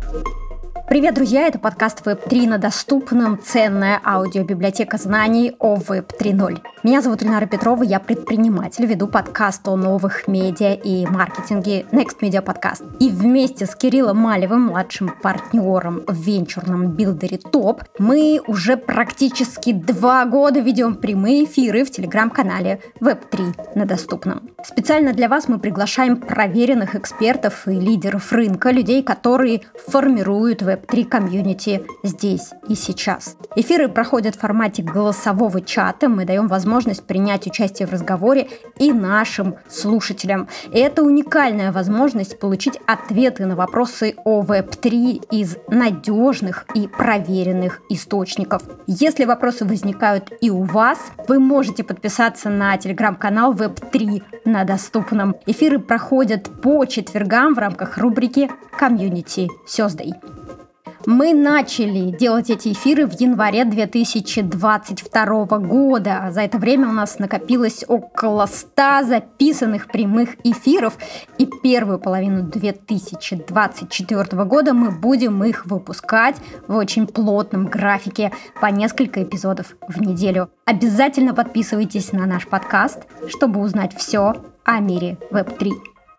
Привет, друзья! Это подкаст Web3 на доступном, ценная аудиобиблиотека знаний о Web 3.0. Меня зовут Ильнара Петрова, я предприниматель, веду подкаст о новых медиа и маркетинге Next Media Podcast. И вместе с Кириллом Малевым, младшим партнером в венчурном билдере ТОП, мы уже практически 2 года ведем прямые эфиры в телеграм-канале Web3 на доступном. Специально для вас мы приглашаем проверенных экспертов и лидеров рынка, людей, которые формируют Web3 комьюнити здесь и сейчас. Эфиры проходят в формате голосового чата. Мы даем возможность принять участие в разговоре и нашим слушателям. И это уникальная возможность получить ответы на вопросы о Web3 из надежных и проверенных источников. Если вопросы возникают и у вас, вы можете подписаться на телеграм-канал Web3 на доступном. Эфиры проходят по четвергам в рамках рубрики «Комьюнити Thursday». Мы начали делать эти эфиры в январе 2022 года. За это время у нас накопилось около 100 записанных прямых эфиров, и первую половину 2024 года мы будем их выпускать в очень плотном графике по несколько эпизодов в неделю. Обязательно подписывайтесь на наш подкаст, чтобы узнать все о мире Web3.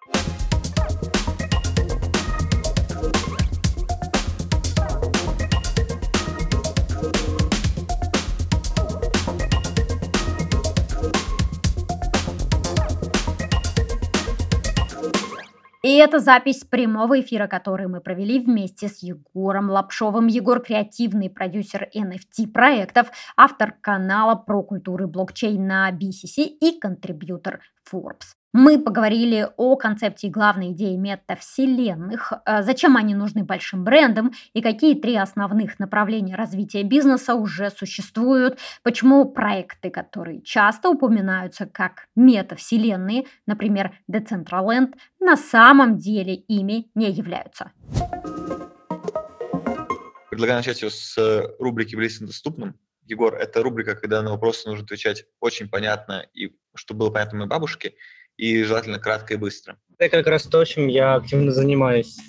И это запись прямого эфира, который мы провели вместе с Егором Лапшовым. Егор – креативный продюсер NFT-проектов, автор канала про культуру и блокчейн на BCC и контрибьютор Forbes. Мы поговорили о концепции главной идеи метавселенных, зачем они нужны большим брендам и какие 3 основных направления развития бизнеса уже существуют, почему проекты, которые часто упоминаются как метавселенные, например, Decentraland, на самом деле ими не являются. Предлагаю начать с рубрики «В лесу доступном». Егор, это рубрика, когда на вопросы нужно отвечать очень понятно, и чтобы было понятно моей бабушке, и желательно кратко и быстро. Это как раз то, чем я активно занимаюсь.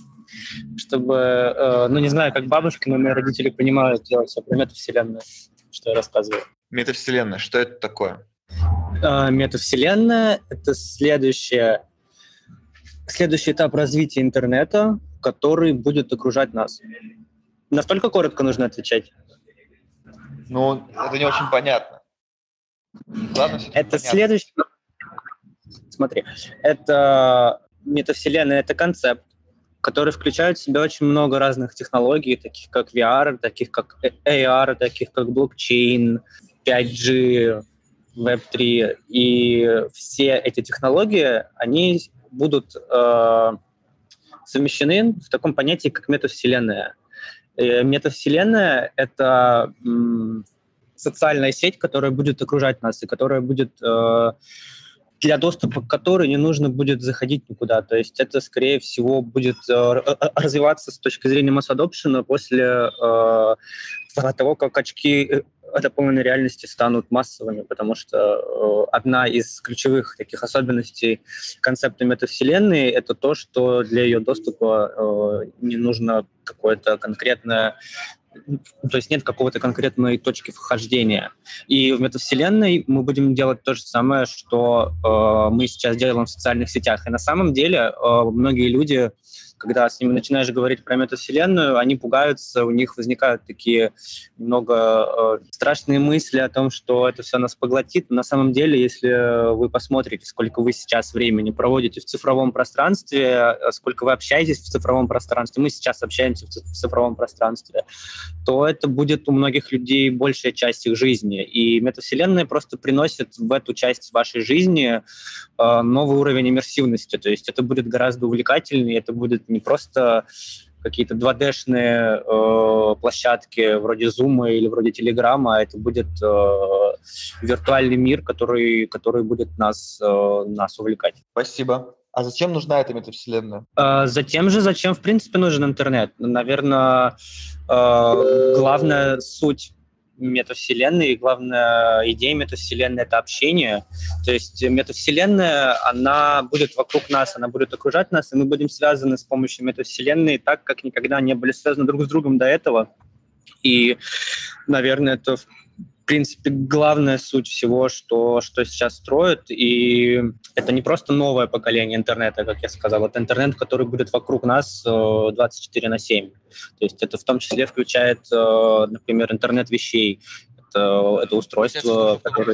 Чтобы, не знаю, как бабушка, но мои родители понимают делать все про метавселенную, что я рассказываю. Метавселенная, что это такое? Метавселенная – это следующий этап развития интернета, который будет окружать нас. Настолько коротко нужно отвечать? Ну, это не очень понятно. Ладно, это следующий... Смотри, это метавселенная, это концепт, который включает в себя очень много разных технологий, таких как VR, таких как AR, таких как блокчейн, 5G, Web3. И все эти технологии, они будут совмещены в таком понятии, как метавселенная. Метавселенная — это социальная сеть, которая будет окружать нас и которая будет... для доступа к которой не нужно будет заходить никуда. То есть это, скорее всего, будет развиваться с точки зрения масс-адопшена после того, как очки дополненной реальности станут массовыми, потому что одна из ключевых таких особенностей концепта метавселенной — это то, что для ее доступа не нужно какое-то конкретное... То есть нет какого-то конкретной точки вхождения. И в метавселенной мы будем делать то же самое, что мы сейчас делаем в социальных сетях. И на самом деле многие люди, когда с ними начинаешь говорить про метавселенную, они пугаются, у них возникают такие немного страшные мысли о том, что это все нас поглотит. Но на самом деле, если вы посмотрите, сколько вы сейчас времени проводите в цифровом пространстве, сколько вы общаетесь в цифровом пространстве, мы сейчас общаемся в цифровом пространстве, то это будет у многих людей большая часть их жизни. И метавселенная просто приносит в эту часть вашей жизни новый уровень иммерсивности. То есть это будет гораздо увлекательнее, это будет не просто какие-то 2D-шные площадки вроде Zoom или вроде Telegram, а это будет виртуальный мир, который будет нас увлекать. Спасибо. А зачем нужна эта метавселенная? Затем же, зачем, в принципе, нужен интернет. Наверное, главная суть метавселенной, и главная идея метавселенной — это общение. То есть метавселенная, она будет вокруг нас, она будет окружать нас, и мы будем связаны с помощью метавселенной так, как никогда не были связаны друг с другом до этого. И, наверное, это, в принципе, главная суть всего, что сейчас строят. И это не просто новое поколение интернета, как я сказал, это интернет, который будет вокруг нас 24/7. То есть это в том числе включает, например, интернет вещей. Это устройство, которое...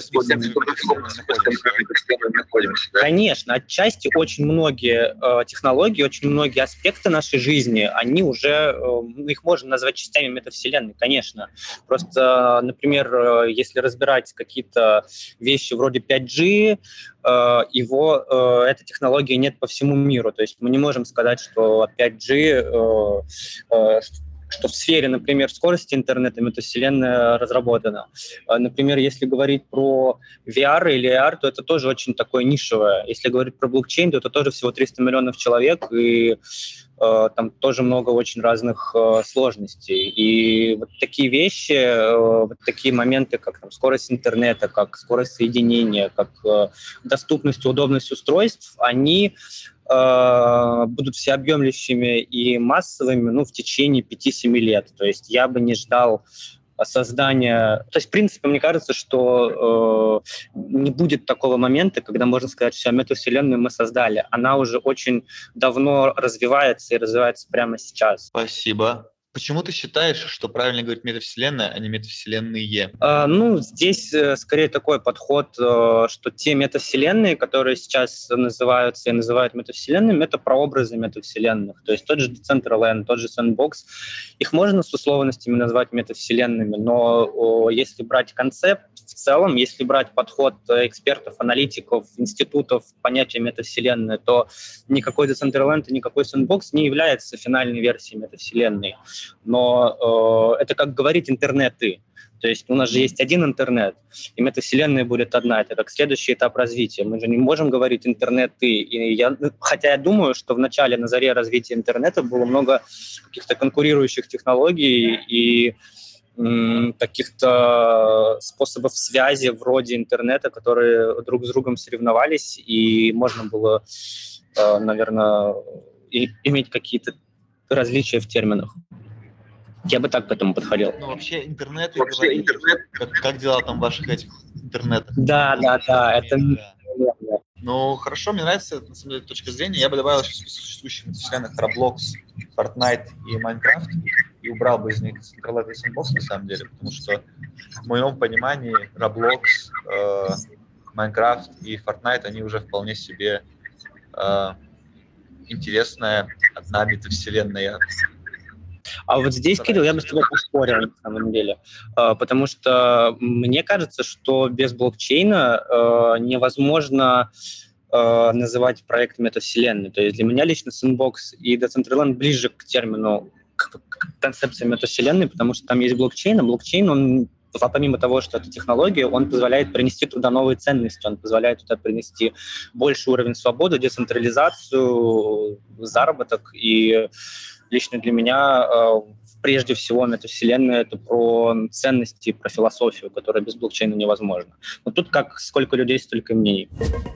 Конечно, отчасти очень многие технологии, очень многие аспекты нашей жизни, они уже, их можно назвать частями метавселенной, конечно. Просто, например, если разбирать какие-то вещи вроде 5G, этой технологии нет по всему миру. То есть мы не можем сказать, что 5G... что в сфере, например, скорости интернета метавселенная разработана. Например, если говорить про VR или AR, то это тоже очень такое нишевое. Если говорить про блокчейн, то это тоже всего 300 миллионов человек, и там тоже много очень разных сложностей. И вот такие вещи, вот такие моменты, как там, скорость интернета, как скорость соединения, как доступность и удобность устройств, они будут всеобъемлющими и массовыми в течение 5-7 лет. То есть я бы не ждал создания... То есть, в принципе, мне кажется, что не будет такого момента, когда можно сказать, что метавселенную мы создали. Она уже очень давно развивается и развивается прямо сейчас. Спасибо. Почему ты считаешь, что правильно говорить метавселенная, а не метавселенные? Здесь скорее такой подход, что те метавселенные, которые сейчас называются и называют метавселенными, это прообразы метавселенных. То есть тот же Decentraland, тот же Sandbox, их можно с условностями назвать метавселенными, но если брать концепт в целом, если брать подход экспертов, аналитиков, институтов понятия метавселенной, то никакой Decentraland и никакой Sandbox не является финальной версией метавселенной. Но это как говорить интернеты. То есть у нас же есть один интернет, и метавселенная будет одна. Это как следующий этап развития. Мы же не можем говорить интернет-ты. Хотя я думаю, что в начале, на заре развития интернета было много каких-то конкурирующих технологий и каких-то способов связи вроде интернета, которые друг с другом соревновались, и можно было, наверное, иметь какие-то различия в терминах. Я бы так к этому подходил. Вообще интернет, как дела там в ваших этих интернетах? Да, это... Ну, хорошо, мне нравится, на самом деле, точка зрения. Я бы добавил еще список существующих метавселенных Roblox, Fortnite и Minecraft, и убрал бы из них Decentraland и Sandbox, на самом деле, потому что, в моем понимании, Roblox, Minecraft и Fortnite, они уже вполне себе интересная одна метавселенная. А вот здесь, Кирилл, я бы с тобой поспорил, на самом деле, потому что мне кажется, что без блокчейна невозможно называть проект метавселенной. То есть для меня лично Sandbox и Decentraland ближе к термину, к концепции метавселенной, потому что там есть блокчейн, а блокчейн, он помимо того, что это технология, он позволяет принести туда новые ценности, он позволяет туда принести больший уровень свободы, децентрализацию, заработок. И лично для меня прежде всего метавселенная — это про ценности, про философию, которая без блокчейна невозможна. Но тут как сколько людей, столько и мнений.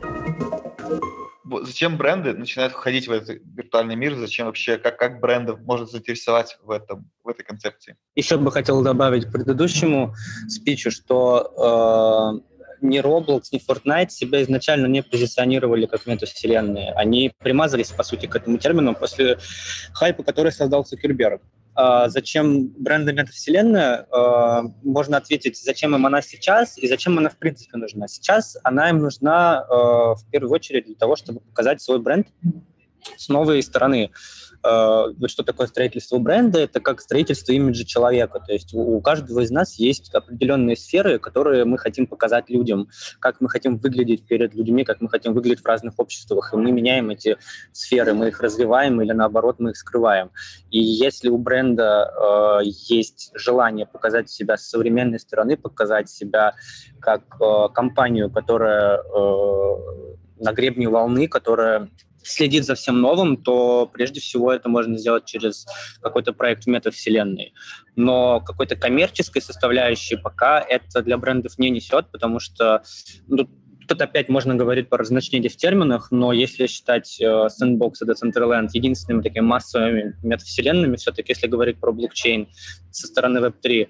Зачем бренды начинают входить в этот виртуальный мир? Зачем вообще, как брендов можно заинтересовать в этой концепции? Еще бы хотел добавить к предыдущему спичу, что ни Roblox, ни Fortnite себя изначально не позиционировали как метавселенные. Они примазались, по сути, к этому термину после хайпа, который создал Цукерберг. Зачем бренду метавселенная? Можно ответить, зачем им она сейчас и зачем она в принципе нужна. Сейчас она им нужна в первую очередь для того, чтобы показать свой бренд с новой стороны. Вот что такое строительство бренда? Это как строительство имиджа человека. То есть у каждого из нас есть определенные сферы, которые мы хотим показать людям, как мы хотим выглядеть перед людьми, как мы хотим выглядеть в разных обществах. И мы меняем эти сферы, мы их развиваем или, наоборот, мы их скрываем. И если у бренда есть желание показать себя с современной стороны, показать себя как компанию, которая на гребне волны, которая следит за всем новым, то прежде всего это можно сделать через какой-то проект в метавселенной. Но какой-то коммерческой составляющей пока это для брендов не несет, потому что тут опять можно говорить про разночтение в терминах, но если считать Sandbox и Decentraland единственными такими массовыми метавселенными, все-таки если говорить про блокчейн со стороны Web3,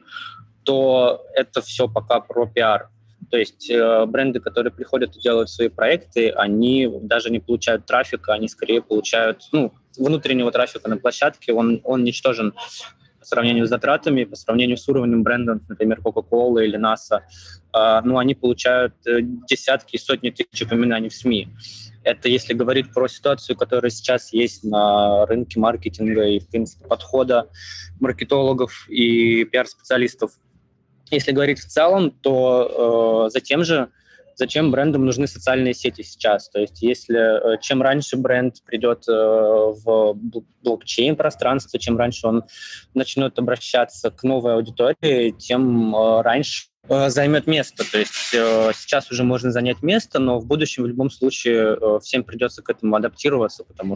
то это все пока про пиар. То есть бренды, которые приходят и делают свои проекты, они даже не получают трафика, они скорее получают внутреннего трафика на площадке, он ничтожен по сравнению с затратами, по сравнению с уровнем брендов, например, Coca-Cola или NASA. Они получают десятки и сотни тысяч упоминаний в СМИ. Это если говорить про ситуацию, которая сейчас есть на рынке маркетинга и, в принципе, подхода маркетологов и пиар-специалистов. Если говорить в целом, то зачем брендам нужны социальные сети сейчас? То есть чем раньше бренд придет в блокчейн-пространство, чем раньше он начнет обращаться к новой аудитории, тем раньше займет место. То есть сейчас уже можно занять место, но в будущем в любом случае всем придется к этому адаптироваться, потому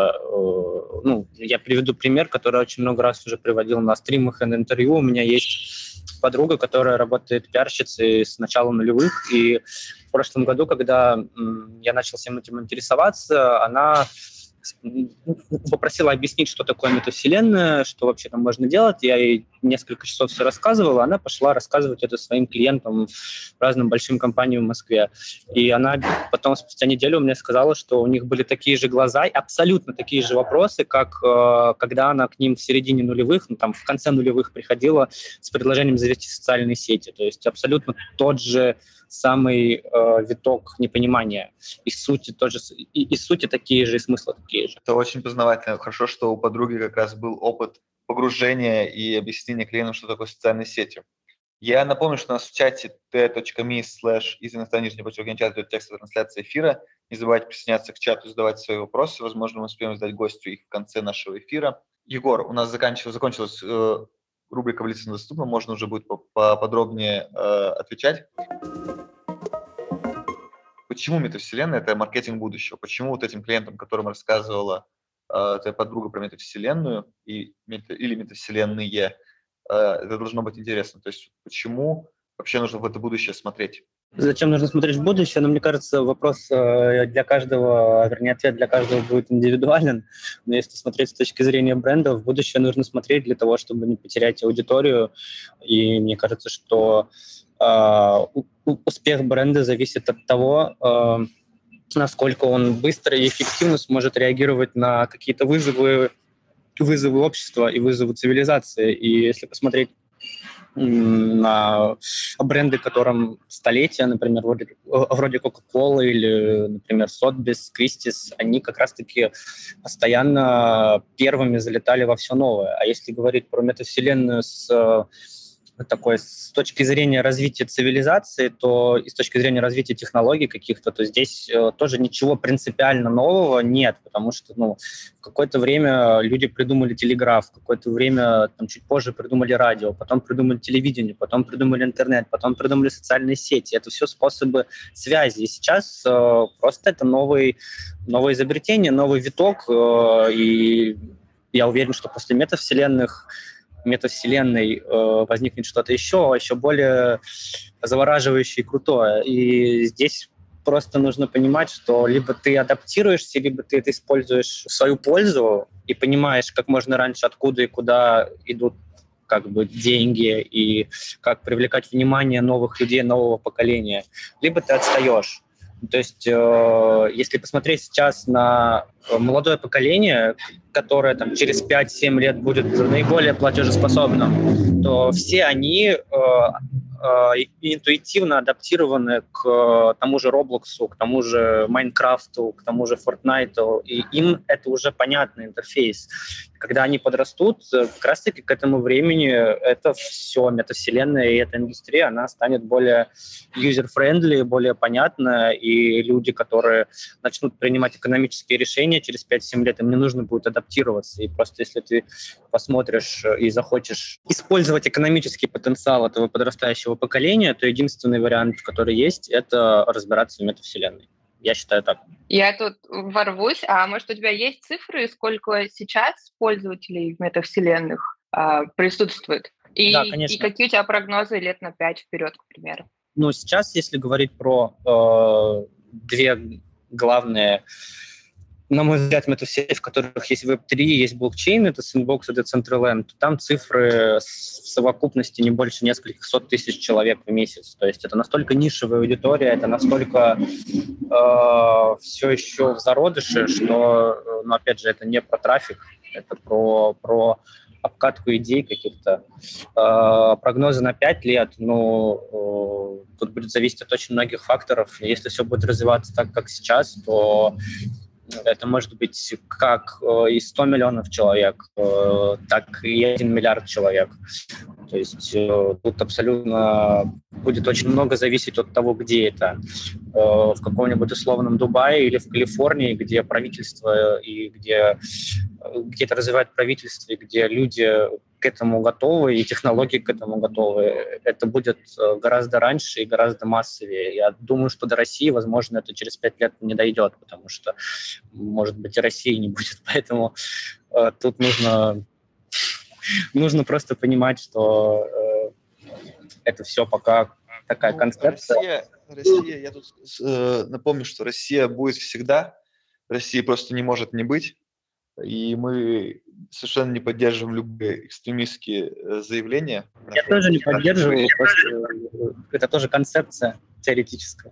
что, я приведу пример, который очень много раз уже приводил на стримах и на интервью. У меня есть подруга, которая работает пиарщицей с начала нулевых, и в прошлом году, когда я начал всем этим интересоваться, она попросила объяснить, что такое метавселенная, что вообще там можно делать. Я ей несколько часов все рассказывала, она пошла рассказывать это своим клиентам, разным большим компаниям в Москве. И она потом, спустя неделю, мне сказала, что у них были такие же глаза, абсолютно такие же вопросы, как когда она к ним в середине нулевых, в конце нулевых приходила с предложением завести социальные сети. То есть абсолютно тот же самый виток непонимания. И сути такие же, и смысла такие же. Это очень познавательно. Хорошо, что у подруги как раз был опыт погружения и объяснения клиентам, что такое социальные сети. Я напомню, что у нас в чате t.me/из-чат идет текстовая трансляция эфира. Не забывайте присоединяться к чату, задавать свои вопросы. Возможно, мы успеем задать гостю их в конце нашего эфира. Егор, у нас закончилась рубрика «В лице доступно». Можно уже будет поподробнее отвечать. Почему метавселенная – это маркетинг будущего? Почему вот этим клиентам, которым рассказывала твоя подруга про метавселенную или метавселенные, это должно быть интересно? То есть почему вообще нужно в это будущее смотреть? Зачем нужно смотреть в будущее? Мне кажется, вопрос для каждого, вернее, ответ для каждого будет индивидуален. Но если смотреть с точки зрения бренда, в будущее нужно смотреть для того, чтобы не потерять аудиторию. И мне кажется, что успех бренда зависит от того, насколько он быстро и эффективно сможет реагировать на какие-то вызовы общества и вызовы цивилизации. И если посмотреть на бренды, которым столетия, например, вроде Coca-Cola или, например, Sotheby's, Christie's, они как раз-таки постоянно первыми залетали во все новое. А если говорить про метавселенную с точки зрения развития цивилизации, то и с точки зрения развития технологий каких-то, то здесь тоже ничего принципиально нового нет, потому что в какое-то время люди придумали телеграф, в какое-то время, чуть позже придумали радио, потом придумали телевидение, потом придумали интернет, потом придумали социальные сети. Это все способы связи. И сейчас просто это новое изобретение, новый виток, и я уверен, что после метавселенной возникнет что-то еще более завораживающее и крутое. И здесь просто нужно понимать, что либо ты адаптируешься, либо ты это используешь в свою пользу и понимаешь как можно раньше, откуда и куда идут деньги и как привлекать внимание новых людей, нового поколения, либо ты отстаешь. То есть, если посмотреть сейчас на молодое поколение, которое через 5-7 лет будет наиболее платежеспособным, то все они интуитивно адаптированы к тому же Роблоксу, к тому же Майнкрафту, к тому же Фортнайту, и им это уже понятный интерфейс. Когда они подрастут, как раз-таки к этому времени это все, метавселенная и эта индустрия, она станет более user-friendly, более понятна, и люди, которые начнут принимать экономические решения через 5-7 лет, им не нужно будет адаптироваться. И просто если ты посмотришь и захочешь использовать экономический потенциал этого подрастающего поколения, то единственный вариант, который есть, это разбираться в метавселенной. Я считаю так. Я тут ворвусь. А может, у тебя есть цифры, сколько сейчас пользователей в метавселенных присутствует? Да, И конечно. какие у тебя прогнозы лет на 5 вперед, к примеру? Ну, сейчас, если говорить про две главные, на мой взгляд, метавселенные, в которых есть Web3, есть блокчейн, это Sandbox и Decentraland, там цифры в совокупности не больше нескольких сот тысяч человек в месяц. То есть это настолько нишевая аудитория, это настолько все еще в зародыше, что, ну, опять же, это не про трафик, это про обкатку идей каких-то. Прогнозы на 5 лет, ну, тут будет зависеть от очень многих факторов. Если все будет развиваться так, как сейчас, то это может быть как и 100 миллионов человек, так и 1 миллиард человек. То есть тут абсолютно будет очень много зависеть от того, где это. В каком-нибудь условном Дубае или в Калифорнии, где правительство и где это развивает правительство, и где люди к этому готовы, и технологии к этому готовы. Это будет гораздо раньше и гораздо массовее. Я думаю, что до России, возможно, это через 5 лет не дойдет, потому что, может быть, и России не будет. Поэтому тут нужно просто понимать, что это все пока такая концепция. Россия, я тут напомню, что Россия будет всегда. Россия просто не может не быть. И мы совершенно не поддерживаем любые экстремистские заявления. Я тоже не поддерживаю, это тоже концепция теоретическая.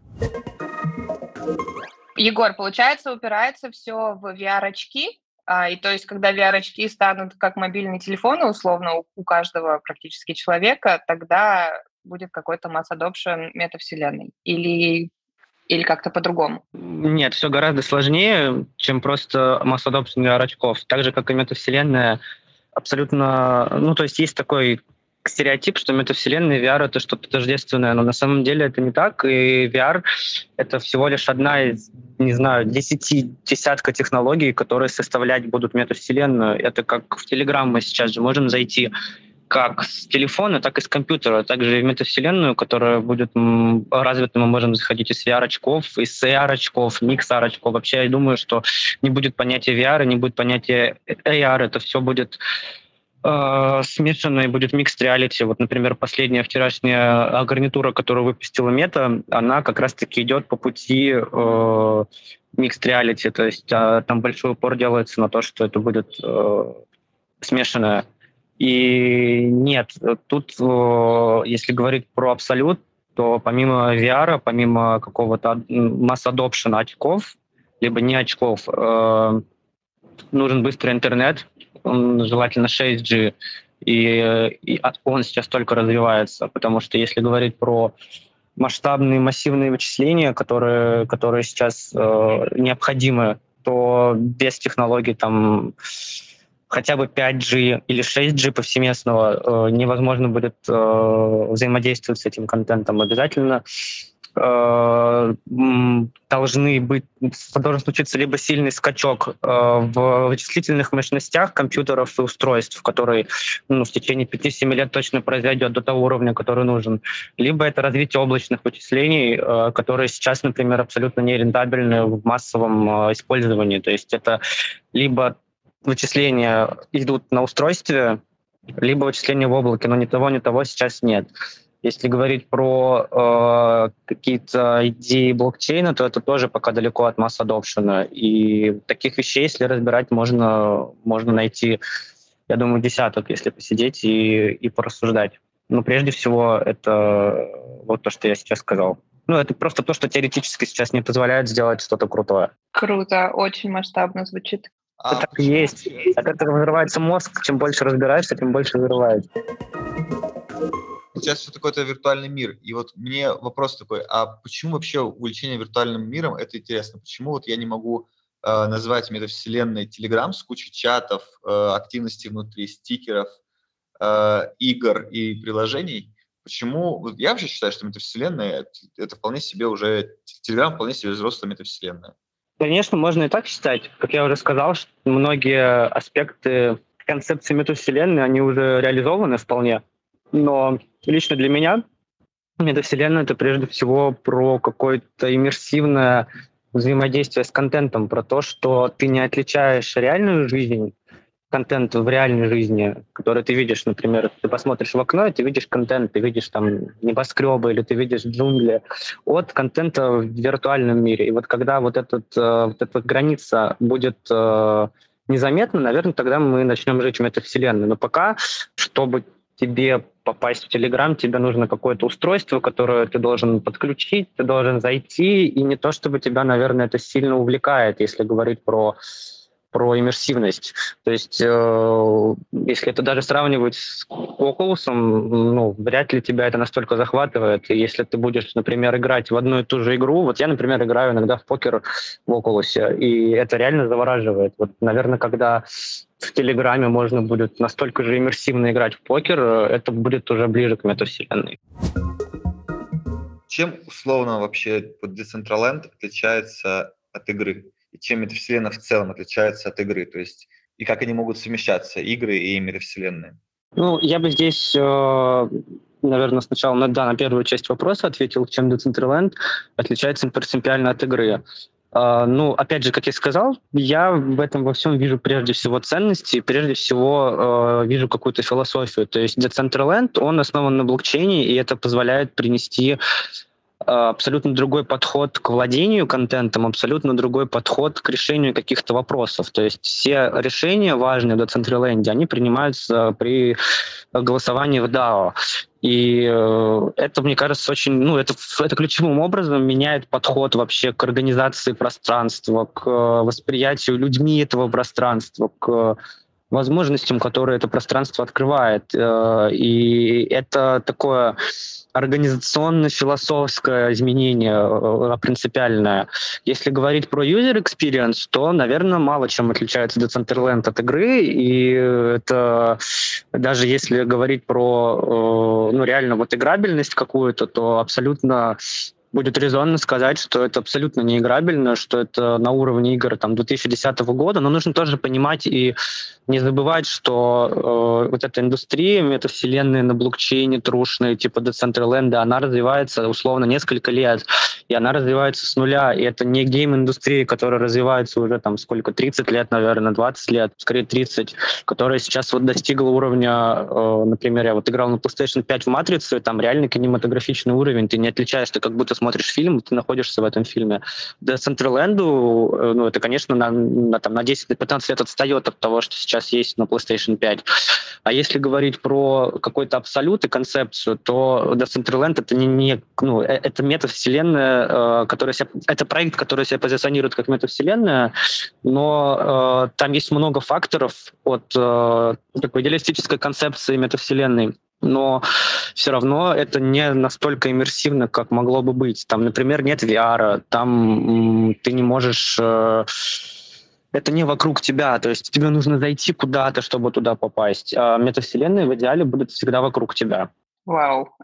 Егор, получается, упирается все в VR-очки, и то есть, когда VR-очки станут как мобильные телефоны, условно, у каждого практически человека, тогда будет какой-то масс-адопшн метавселенной? Или как-то по-другому? Нет, все гораздо сложнее, чем просто масс-адопшн VR-очков. Так же, как и метавселенная, абсолютно... Ну, то есть есть такой стереотип, что метавселенная и VR — это что-то тождественное, но на самом деле это не так, и VR — это всего лишь одна из, не знаю, десятка технологий, которые составлять будут метавселенную. Это как в Telegram мы сейчас же можем зайти как с телефона, так и с компьютера. Также и в метавселенную, которая будет развита, мы можем заходить из VR-очков, из AR-очков, не XR-очков. Вообще, я думаю, что не будет понятия VR, не будет понятия AR, это все будет смешано и будет mixed reality. Вот, например, последняя вчерашняя гарнитура, которую выпустила Мета, она как раз-таки идет по пути mixed reality, то есть там большой упор делается на то, что это будет смешанное. И нет, тут, если говорить про абсолют, то помимо VR, помимо какого-то масс-адопшена очков, либо не очков, нужен быстрый интернет, желательно 6G, и он сейчас только развивается, потому что если говорить про масштабные массивные вычисления, которые сейчас необходимы, то без технологий там хотя бы 5G или 6G повсеместного невозможно будет взаимодействовать с этим контентом. Обязательно должен случиться либо сильный скачок в вычислительных мощностях компьютеров и устройств, который в течение 5-7 лет точно произойдет до того уровня, который нужен, либо это развитие облачных вычислений, которые сейчас, например, абсолютно нерентабельны в массовом использовании. То есть это либо вычисления идут на устройстве, либо вычисления в облаке, но ни того сейчас нет. Если говорить про какие-то идеи блокчейна, то это тоже пока далеко от масс-адопшена. И таких вещей, если разбирать, можно найти, я думаю, десяток, если посидеть и порассуждать. Но прежде всего это вот то, что я сейчас сказал. Это просто то, что теоретически сейчас не позволяет сделать что-то крутое. Круто, очень масштабно звучит. Это так и есть. От этого взрывается мозг. Чем больше разбираешься, тем больше взрывается. Сейчас все такое-то виртуальный мир. И вот мне вопрос такой, а почему вообще увлечение виртуальным миром, это интересно? Почему вот я не могу назвать метавселенной Telegram с кучей чатов, активностей внутри, стикеров, игр и приложений? Почему? Вот я вообще считаю, что метавселенная — это вполне себе уже... Telegram вполне себе взрослая метавселенная. Конечно, можно и так считать. Как я уже сказал, что многие аспекты концепции метавселенной, они уже реализованы вполне. Но лично для меня метавселенная — это прежде всего про какое-то иммерсивное взаимодействия с контентом, про то, что ты не отличаешь реальную жизнь, контент в реальной жизни, который ты видишь, например, ты посмотришь в окно, и ты видишь контент, ты видишь там небоскребы или ты видишь джунгли, от контента в виртуальном мире. И вот когда вот эта граница будет незаметна, наверное, тогда мы начнем жить в метавселенной. Но пока, чтобы тебе попасть в Telegram, тебе нужно какое-то устройство, которое ты должен подключить, ты должен зайти, и не то чтобы тебя, наверное, это сильно увлекает, если говорить про иммерсивность. То есть, если это даже сравнивать с Oculus, ну, вряд ли тебя это настолько захватывает. И если ты будешь, например, играть в одну и ту же игру, вот я, например, играю иногда в покер в Oculus, и это реально завораживает. Вот, наверное, когда в Телеграме можно будет настолько же иммерсивно играть в покер, это будет уже ближе к метавселенной. Чем условно вообще Decentraland отличается от игры? И чем метавселенная в целом отличается от игры? То есть, и как они могут совмещаться, игры и метавселенные? Ну, я бы здесь, наверное, сначала на первую часть вопроса ответил, чем Decentraland отличается принципиально от игры. Ну, опять же, как я сказал, я в этом во всем вижу прежде всего ценности, прежде всего вижу какую-то философию. То есть Decentraland, он основан на блокчейне, и это позволяет принести абсолютно другой подход к владению контентом, абсолютно другой подход к решению каких-то вопросов. То есть все решения важные в Decentraland, они принимаются при голосовании в DAO. И это, мне кажется, очень, это ключевым образом меняет подход вообще к организации пространства, к восприятию людьми этого пространства, к возможностям, которые это пространство открывает. И это такое организационно-философское изменение принципиальное. Если говорить про user experience, то, наверное, мало чем отличается Decentraland от игры, и это даже если говорить про реально вот играбельность какую-то, то абсолютно будет резонно сказать, что это абсолютно неиграбельно, что это на уровне игр там, 2010 года, но нужно тоже понимать и не забывать, что вот эта индустрия метавселенной на блокчейне трушной, типа Decentraland, она развивается условно несколько лет, и она развивается с нуля, и это не гейм-индустрия, которая развивается уже там сколько, 30 лет, наверное, 20 лет, скорее 30, которая сейчас вот достигла уровня, например, я вот играл на PlayStation 5 в «Матрицу», и там реально кинематографичный уровень, ты не отличаешь, ты как будто смотришь фильм, ты находишься в этом фильме. Decentraland, это, конечно, на 10-15 лет отстает от того, что сейчас есть на PlayStation 5. А если говорить про какой-то абсолют и концепцию, то Decentraland это метавселенная, это проект, который себя позиционирует как метавселенная, но там есть много факторов от такой идеалистической концепции метавселенной, но все равно это не настолько иммерсивно, как могло бы быть. Там, например, нет VR, там ты не можешь... Это не вокруг тебя, то есть тебе нужно зайти куда-то, чтобы туда попасть. А метавселенная в идеале будет всегда вокруг тебя. Вау.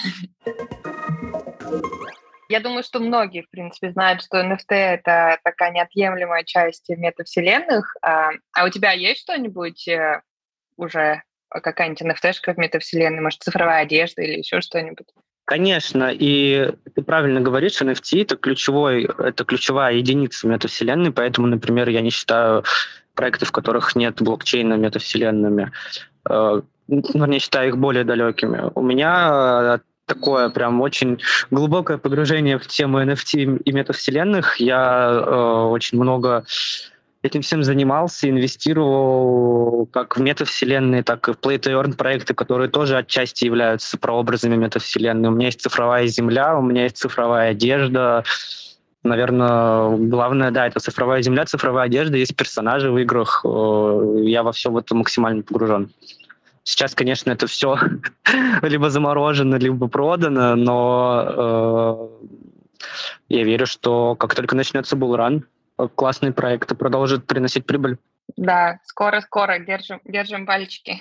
Я думаю, что многие, в принципе, знают, что NFT — это такая неотъемлемая часть метавселенных. А у тебя есть что-нибудь уже, какая-нибудь NFT-шка в метавселенной, может, цифровая одежда или еще что-нибудь? Конечно, и ты правильно говоришь, NFT — это ключевая единица метавселенной, поэтому, например, я не считаю проекты, в которых нет блокчейна, метавселенными. Вернее, считаю их более далекими. У меня такое прям очень глубокое погружение в тему NFT и метавселенных. Я очень много этим всем занимался, инвестировал как в метавселенные, так и в play-to-earn проекты, которые тоже отчасти являются прообразами метавселенной. У меня есть цифровая земля, у меня есть цифровая одежда. Наверное, главное, да, это цифровая земля, цифровая одежда, есть персонажи в играх. Я во все в это максимально погружен. Сейчас, конечно, это все либо заморожено, либо продано, но я верю, что как только начнется булран, классные проекты продолжат приносить прибыль. Да, скоро-скоро. Держим пальчики.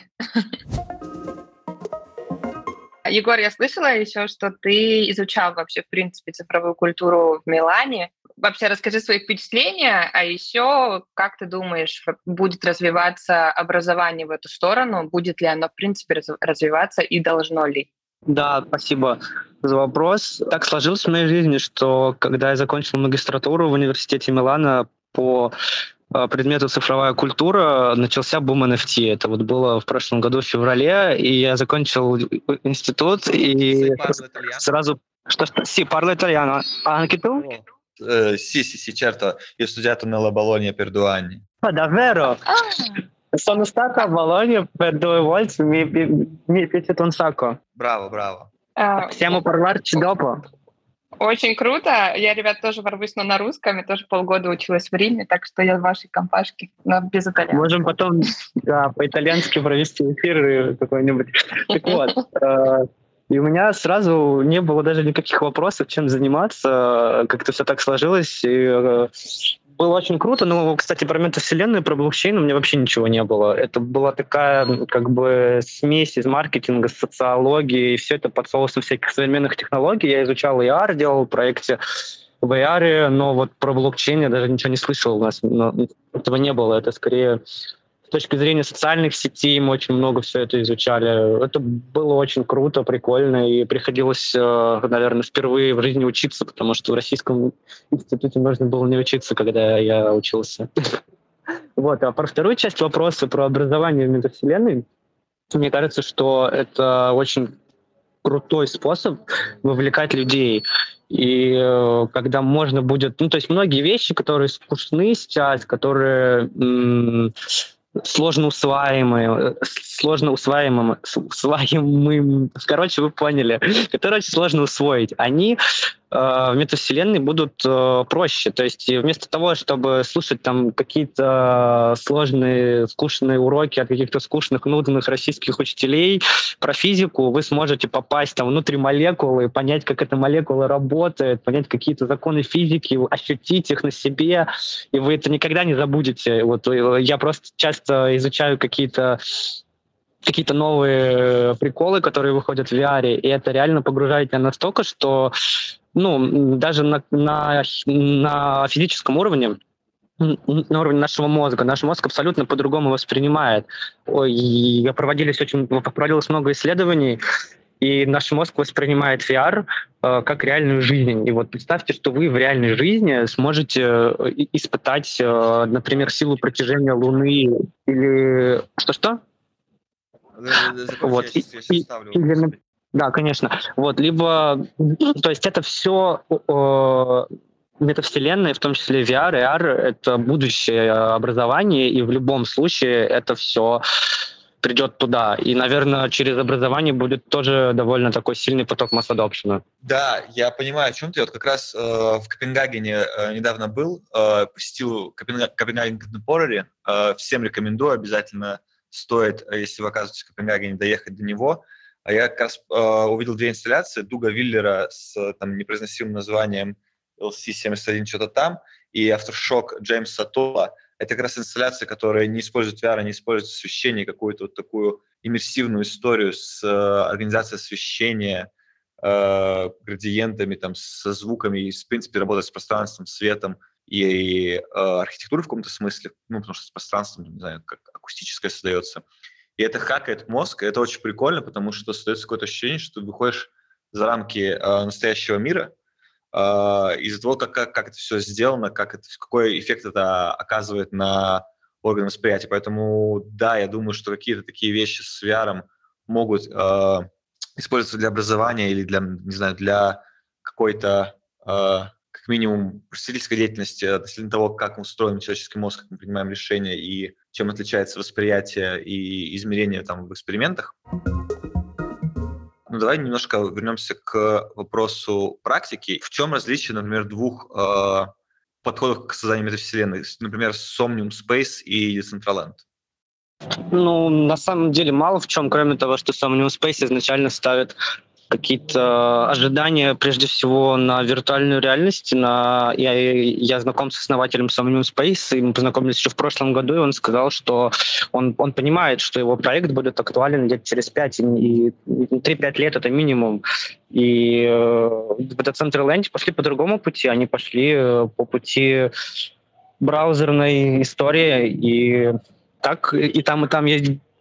Егор, я слышала еще, что ты изучал вообще, в принципе, цифровую культуру в Милане. Вообще расскажи свои впечатления, а еще как ты думаешь, будет развиваться образование в эту сторону? Будет ли оно, в принципе, развиваться и должно ли? Да, спасибо. за вопрос. Так сложилось в моей жизни, что когда я закончил магистратуру в университете Милана по предмету цифровая культура, начался бум NFT. Это вот было в прошлом году в феврале, и я закончил институт, и сразу... Sì, parlo italiano. Anche tu? Sì, certo. Io ho studiato nella Bologna per 2 anni. Davvero? Sono stato a Bologna per 2 volte, mi è piaciuto un sacco. Браво. Possiamo parlarci dopo? Очень круто. Я, ребят, тоже ворвусь, но на русском. Я тоже полгода училась в Риме, так что я в вашей компашке, но без итальянского. Можем потом по-итальянски провести эфир какой-нибудь. Так вот, и у меня сразу не было даже никаких вопросов, чем заниматься. Как-то все так сложилось. И было очень круто. Но, кстати, про метавселенную, про блокчейн у меня вообще ничего не было. Это была такая как бы смесь из маркетинга, социологии, и все это под соусом всяких современных технологий. Я изучал AR, делал проекты в AR, но вот про блокчейн я даже ничего не слышал. У нас этого не было. Это скорее... С точки зрения социальных сетей мы очень много все это изучали. Это было очень круто, прикольно, и приходилось, наверное, впервые в жизни учиться, потому что в Российском институте можно было не учиться, когда я учился. Вот. А про вторую часть вопроса, про образование в метавселенной, мне кажется, что это очень крутой способ вовлекать людей. И когда можно будет... Ну, то есть многие вещи, которые скучны сейчас, которые... сложно усваиваемым, короче, вы поняли, которые очень сложно усвоить, они в метавселенной будут проще. То есть вместо того, чтобы слушать там какие-то сложные, скучные уроки от каких-то скучных, нудных российских учителей про физику, вы сможете попасть там внутрь молекулы, понять, как эта молекула работает, понять какие-то законы физики, ощутить их на себе, и вы это никогда не забудете. Вот я просто часто изучаю какие-то новые приколы, которые выходят в VR, и это реально погружает тебя настолько, что даже на физическом уровне, на уровне нашего мозга, наш мозг абсолютно по-другому воспринимает. Проводилось много исследований, и наш мозг воспринимает VR как реальную жизнь. И вот представьте, что вы в реальной жизни сможете испытать, например, силу притяжения Луны или... Что-что? Вот. Да, конечно. Вот, либо, то есть это все метавселенная, в том числе VR, AR, это будущее образование, и в любом случае это все придет туда. И, наверное, через образование будет тоже довольно такой сильный поток масс-адопшена. Да, я понимаю, о чем ты. Вот как раз в Копенгагене недавно был, посетил Копенгаген Contemporary. Всем рекомендую, обязательно стоит, если вы оказываетесь в Копенгагене, доехать до него. А я как раз увидел 2 инсталляции Дуга Виллера с там непроизносимым названием LC71 что-то там, и Aftershock Джеймса Толла. Это как раз инсталляции, которые не используют VR, не используют освещение, какую-то вот такую иммерсивную историю с организацией освещения, градиентами, там, со звуками, и, в принципе, работать с пространством, светом и архитектурой в каком-то смысле, потому что с пространством, не знаю, как акустическое создается. И это хакает мозг, и это очень прикольно, потому что создается какое-то ощущение, что ты выходишь за рамки настоящего мира, из-за того, как это все сделано, какой эффект это оказывает на органы восприятия. Поэтому, да, я думаю, что какие-то такие вещи с VR могут использоваться для образования или для, не знаю, для какой-то, как минимум, просветительской деятельности относительно того, как устроен человеческий мозг, как мы принимаем решения и чем отличается восприятие и измерение там в экспериментах. Давай немножко вернемся к вопросу практики. В чем различие, например, 2 подходов к созданию метавселенной? Например, Somnium Space и Decentraland. На самом деле мало в чем, кроме того, что Somnium Space изначально ставит какие-то ожидания, прежде всего, на виртуальную реальность. Я знаком с основателем Somnium Space, и мы познакомились еще в прошлом году, и он сказал, что он понимает, что его проект будет актуален где-то через 5, и 3-5 лет это минимум. И в Decentraland пошли по другому пути, они пошли по пути браузерной истории, и там есть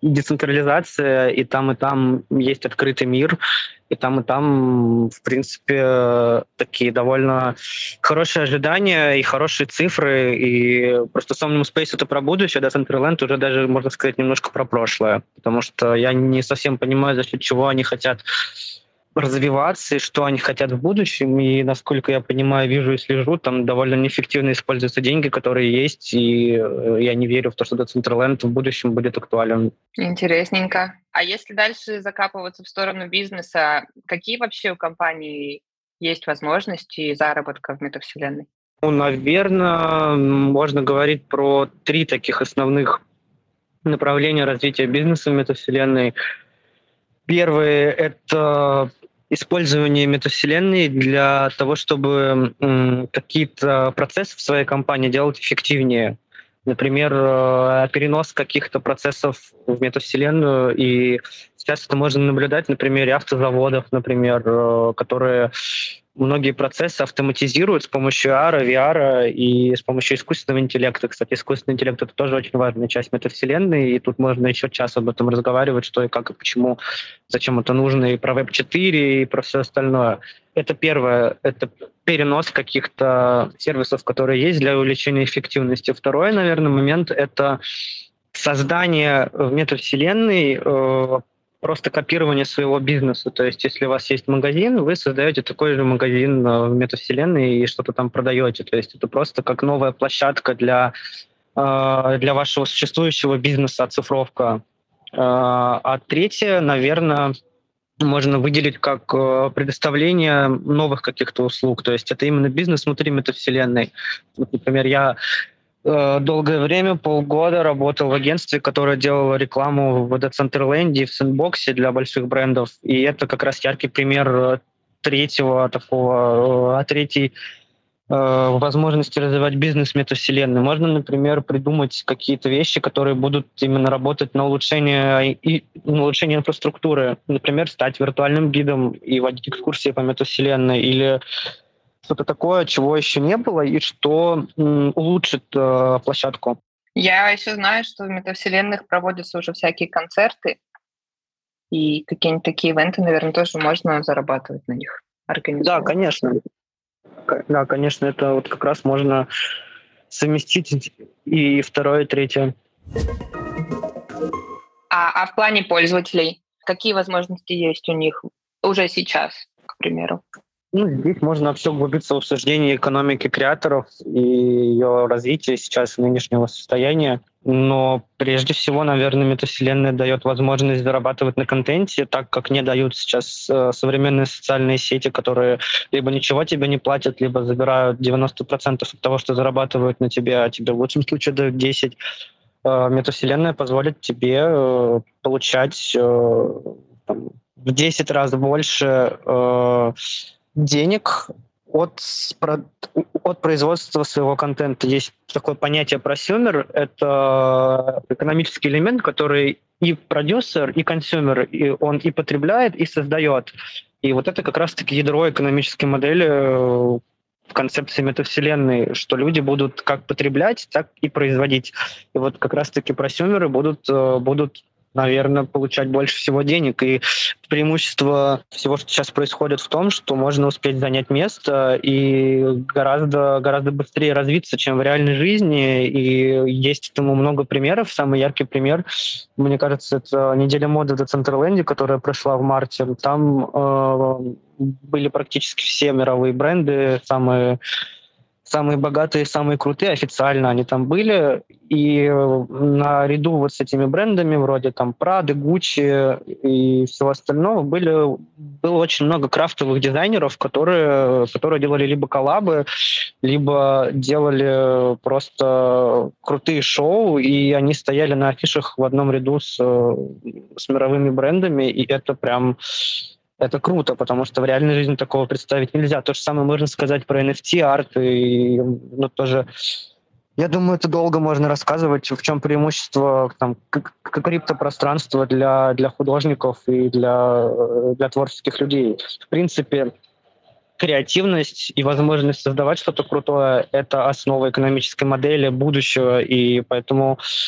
децентрализация, и там есть открытый мир, и там, в принципе, такие довольно хорошие ожидания и хорошие цифры, и просто Somnium Space — это про будущее, Decentraland уже даже, можно сказать, немножко про прошлое, потому что я не совсем понимаю, за счет чего они хотят развиваться и что они хотят в будущем. И, насколько я понимаю, вижу и слежу, там довольно неэффективно используются деньги, которые есть, и я не верю в то, что Decentraland в будущем будет актуален. Интересненько. А если дальше закапываться в сторону бизнеса, какие вообще у компании есть возможности заработка в метавселенной? Ну, наверное, можно говорить про 3 таких основных направления развития бизнеса в метавселенной. Первое — это использование метавселенной для того, чтобы какие-то процессы в своей компании делать эффективнее. Например, перенос каких-то процессов в метавселенную. И сейчас это можно наблюдать на примере автозаводов, например, которые многие процессы автоматизируют с помощью AR, VR и с помощью искусственного интеллекта. Кстати, искусственный интеллект — это тоже очень важная часть метавселенной, и тут можно еще час об этом разговаривать, что и как, и почему, зачем это нужно, и про Web4, и про все остальное. Это первое, это перенос каких-то сервисов, которые есть, для увеличения эффективности. Второй, наверное, момент — это создание в метавселенной просто копирование своего бизнеса. То есть если у вас есть магазин, вы создаете такой же магазин в метавселенной и что-то там продаете. То есть это просто как новая площадка для вашего существующего бизнеса, оцифровка. А третье, наверное, можно выделить как предоставление новых каких-то услуг. То есть это именно бизнес внутри метавселенной. Вот, например, я долгое время, полгода работал в агентстве, которое делало рекламу в Decentraland и в Sandbox для больших брендов. И это как раз яркий пример третьей возможности развивать бизнес в метавселенной. Можно, например, придумать какие-то вещи, которые будут именно работать на улучшение инфраструктуры. Например, стать виртуальным гидом и водить экскурсии по метавселенной, или что-то такое, чего еще не было, и что улучшит площадку. Я еще знаю, что в метавселенных проводятся уже всякие концерты, и какие-нибудь такие ивенты, наверное, тоже можно зарабатывать на них, организовать. Да, конечно, это вот как раз можно совместить и второе, и третье. А в плане пользователей, какие возможности есть у них уже сейчас, к примеру? Здесь можно все углубиться в обсуждение экономики креаторов и ее развития сейчас, нынешнего состояния. Но прежде всего, наверное, метавселенная дает возможность зарабатывать на контенте, так как не дают сейчас современные социальные сети, которые либо ничего тебе не платят, либо забирают 90% от того, что зарабатывают на тебе, а тебе в лучшем случае дают 10%. Метавселенная позволит тебе получать в 10 раз больше денег от производства своего контента. Есть такое понятие просюмер. Это экономический элемент, который и продюсер, и консюмер, и он и потребляет, и создает. И вот это как раз-таки ядро экономической модели в концепции метавселенной, что люди будут как потреблять, так и производить. И вот как раз-таки просюмеры будут наверное, получать больше всего денег. И преимущество всего, что сейчас происходит, в том, что можно успеть занять место и гораздо, гораздо быстрее развиться, чем в реальной жизни. И есть этому много примеров. Самый яркий пример, мне кажется, это неделя моды в Decentraland, которая прошла в марте. Там были практически все мировые бренды, самые богатые, самые крутые, официально они там были. И наряду вот с этими брендами, вроде там Prada, Gucci и всего остального, было очень много крафтовых дизайнеров, которые делали либо коллабы, либо делали просто крутые шоу, и они стояли на афишах в одном ряду с мировыми брендами, и это круто, потому что в реальной жизни такого представить нельзя. То же самое можно сказать про NFT, арт, и тоже... Я думаю, это долго можно рассказывать, в чем преимущество криптопространства для художников и для творческих людей. В принципе, креативность и возможность создавать что-то крутое — это основа экономической модели будущего, и поэтому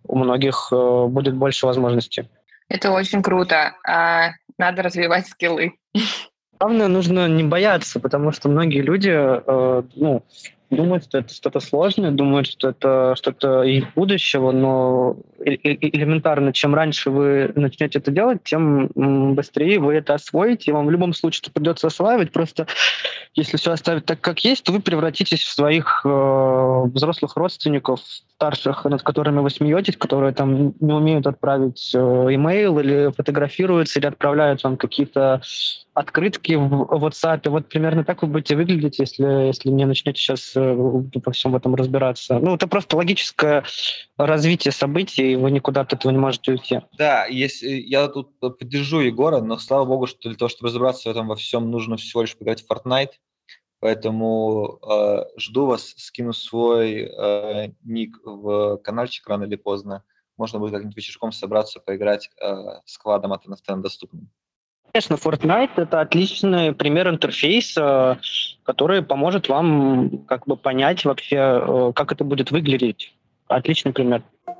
у многих будет больше возможностей. Это очень круто. Надо развивать скиллы. Главное, нужно не бояться, потому что многие люди думают, что это что-то сложное, думают, что это что-то из будущего, но элементарно, чем раньше вы начнете это делать, тем быстрее вы это освоите, и вам в любом случае это придется осваивать. Просто если все оставить так, как есть, то вы превратитесь в своих взрослых родственников, старших, над которыми вы смеетесь, которые там не умеют отправить имейл или фотографируются, или отправляют вам какие-то открытки в WhatsApp. Вот примерно так вы будете выглядеть, если не начнете сейчас во всем этом разбираться. Это просто логическое развитие событий, и вы никуда от этого не можете уйти. Да, я тут поддержу Егора, но слава богу, что для того, чтобы разобраться в этом во всем, нужно всего лишь поиграть в Fortnite. Поэтому жду вас, скину свой ник в каналчик рано или поздно. Можно будет как-нибудь вечерком собраться, поиграть с квадом от NFT доступным. Конечно, Fortnite — это отличный пример интерфейса, который поможет вам понять вообще, как это будет выглядеть. Отличный пример.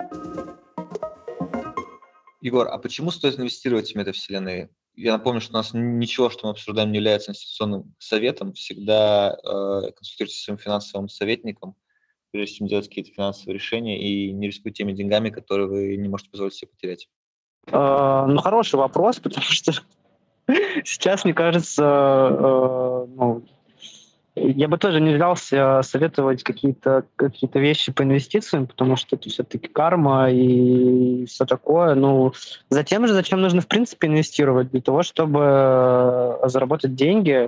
Егор, а почему стоит инвестировать в метавселенные? Я напомню, что у нас ничего, что мы обсуждаем, не является инвестиционным советом. Всегда консультируйтесь со своим финансовым советником, прежде чем делать какие-то финансовые решения, и не рискуйте теми деньгами, которые вы не можете позволить себе потерять. Хороший вопрос, потому что сейчас, мне кажется, я бы тоже не взялся советовать какие-то вещи по инвестициям, потому что это все-таки карма и все такое. Затем же, зачем нужно, в принципе, инвестировать? Для того, чтобы заработать деньги.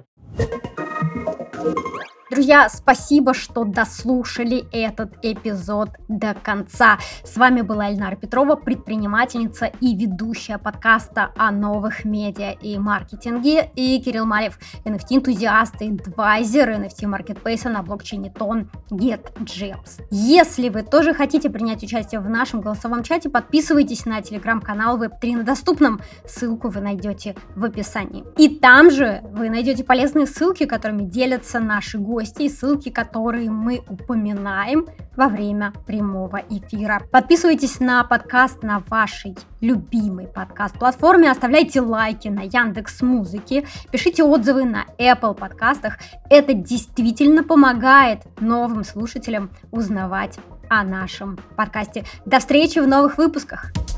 Друзья, спасибо, что дослушали этот эпизод до конца. С вами была Эльнара Петрова, предпринимательница и ведущая подкаста о новых медиа и маркетинге, и Кирилл Малев, NFT-энтузиаст и адвайзер NFT-маркетплейса на блокчейне Ton GetGems. Если вы тоже хотите принять участие в нашем голосовом чате, подписывайтесь на телеграм-канал Web3 на доступном. Ссылку вы найдете в описании. И там же вы найдете полезные ссылки, которыми делятся наши гости, и ссылки, которые мы упоминаем во время прямого эфира. Подписывайтесь на подкаст на вашей любимой подкаст-платформе, оставляйте лайки на Яндекс.Музыке, пишите отзывы на Apple подкастах. Это действительно помогает новым слушателям узнавать о нашем подкасте. До встречи в новых выпусках!